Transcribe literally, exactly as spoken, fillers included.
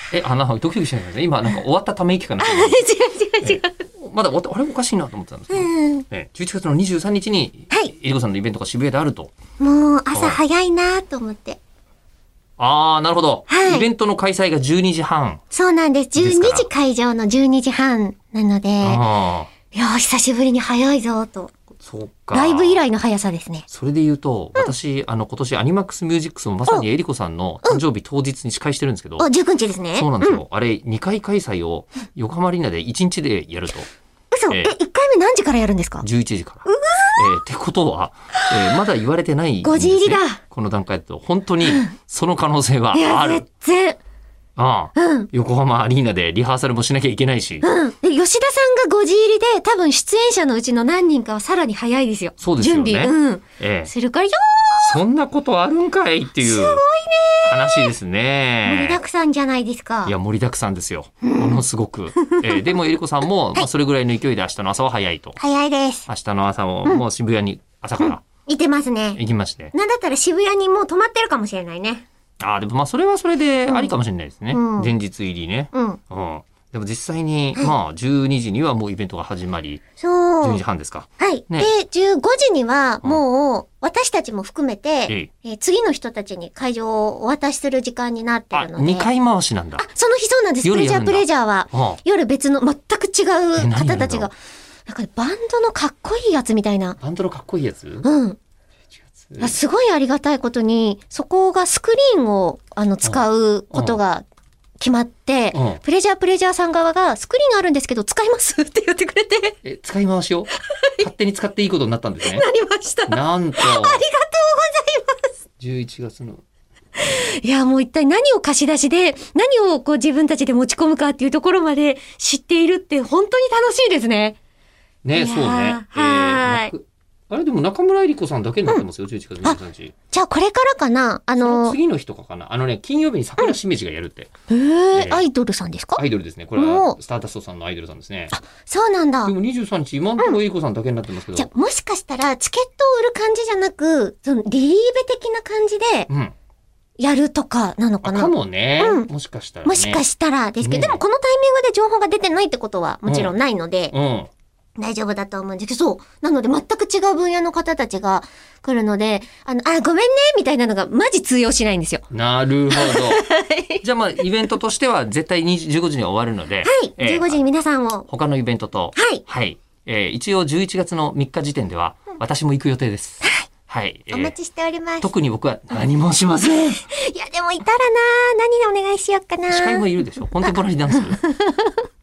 え、あ、なんかドキドキしないですね。今なんか終わったため息かな。 違う違う違う。 まだ終わったあれおかしいなと思ってたんですけど、 うんえじゅういちがつのにじゅうさんにちに、 はい、 えりこさんのイベントが渋谷であると。 もう朝早いなと思って。 ああ、なるほど、はい。イベントの開催がじゅうにじはん。 そうなんです。じゅうにじ会場のじゅうにじはんなので、あいや久しぶりに早いぞと。 そうか。 ライブ以来の速さですね。 それで言うと、うん、私、あの、今年アニマックスミュージックスもまさにえりこさんの誕生日当日に司会してるんですけど。 あ、じゅうくにちですね。 そうなんですよ。うん、あれ、にかい開催を横浜アリーナでいちにちでやると。 嘘、えー、え、いっかいめ何時からやるんですか？ じゅういちじから。えー、ってことは、えー、まだ言われてないんですね。 ごじ入りだ。 この段階だと。本当に、その可能性はある。 いや、全然。 ああ、うん、横浜アリーナでリハーサルもしなきゃいけないし。 うん。で吉田さんがごじ入りで、多分出演者のうちの何人かはさらに早いですよ。 そうですよね。 準備。うん。 ええ、 するからよー。そんなことあるんかいっていう。 すごいね話ですね。 盛りだくさんじゃないですか。 いや、盛りだくさんですよ。ものすごく。えー、でもえりこさんも、まあ、それぐらいの勢いで明日の朝は早いと。 早いです。 明日の朝も、もう渋谷に朝から。 行ってますね。 行きまして。 なんだったら渋谷にもう泊まってるかもしれないね。 ああ、でもまあそれはそれでありかもしれないですね。うん、前日入りね。 うん。 うん。でも実際に、まあじゅうにじにはもうイベントが始まり。 そう。 じゅうにじはんですか。 はい。ね、で、じゅうごじにはもう私たちも含めて、うん、えー、次の人たちに会場をお渡しする時間になってるので。 あ、にかい回しなんだ。 あ、その日そうなんです。プレジャープレジャーは。はあ、夜別の全く違う方たちが。なんかバンドのかっこいいやつみたいな。 バンドのかっこいいやつ？ うん。すごいありがたいことに、そこがスクリーンをあの使うことが決まって、うん、プレジャープレジャーさん側がスクリーンあるんですけど使いますって言ってくれて。 え、使い回しを勝手に使っていいことになったんですね。 なりました。 なんと。ありがとうございます。 じゅういちがつの。 いや、もう一体何を貸し出しで、何をこう自分たちで持ち込むかっていうところまで知っているって本当に楽しいですね。 ね、そうね。 はい。 えーあれでも中村えり子さんだけになってますよ、うん、じゅういちがつにじゅうさんにち。 じゃあこれからかなあのー、 次の日とかかなあのね、金曜日に桜しめじがやるって。 うん、えー、アイドルさんですか？ アイドルですね。これはスターダストさんのアイドルさんですね。 あ、そうなんだ。 でもにじゅうさんにち、今のところえり子さんだけになってますけど。うん、 じゃあもしかしたらチケットを売る感じじゃなく、そのリリーベ的な感じで、うん。やるとかなのかな、 かもね、うん。もしかしたら、ね。 もしかしたらですけど、ね、でもこのタイミングで情報が出てないってことはもちろんないので、うん。うん大丈夫だと思うんですけど、そう。なので全く違う分野の方たちが来るので、あの、あ、ごめんねみたいなのがマジ通用しないんですよ。 なるほど。じゃあまあ、イベントとしては絶対にじゅうごじには終わるので。 はい。えー、じゅうごじに皆さんを。 他のイベントと。 はい。 はい。えー、一応じゅういちがつのみっか時点では、私も行く予定です。はい。 えー、お待ちしております。 特に僕は何もしません。いや、でもいたらな何でお願いしようかな。 司会もいるでしょコンテンポラリーダンス。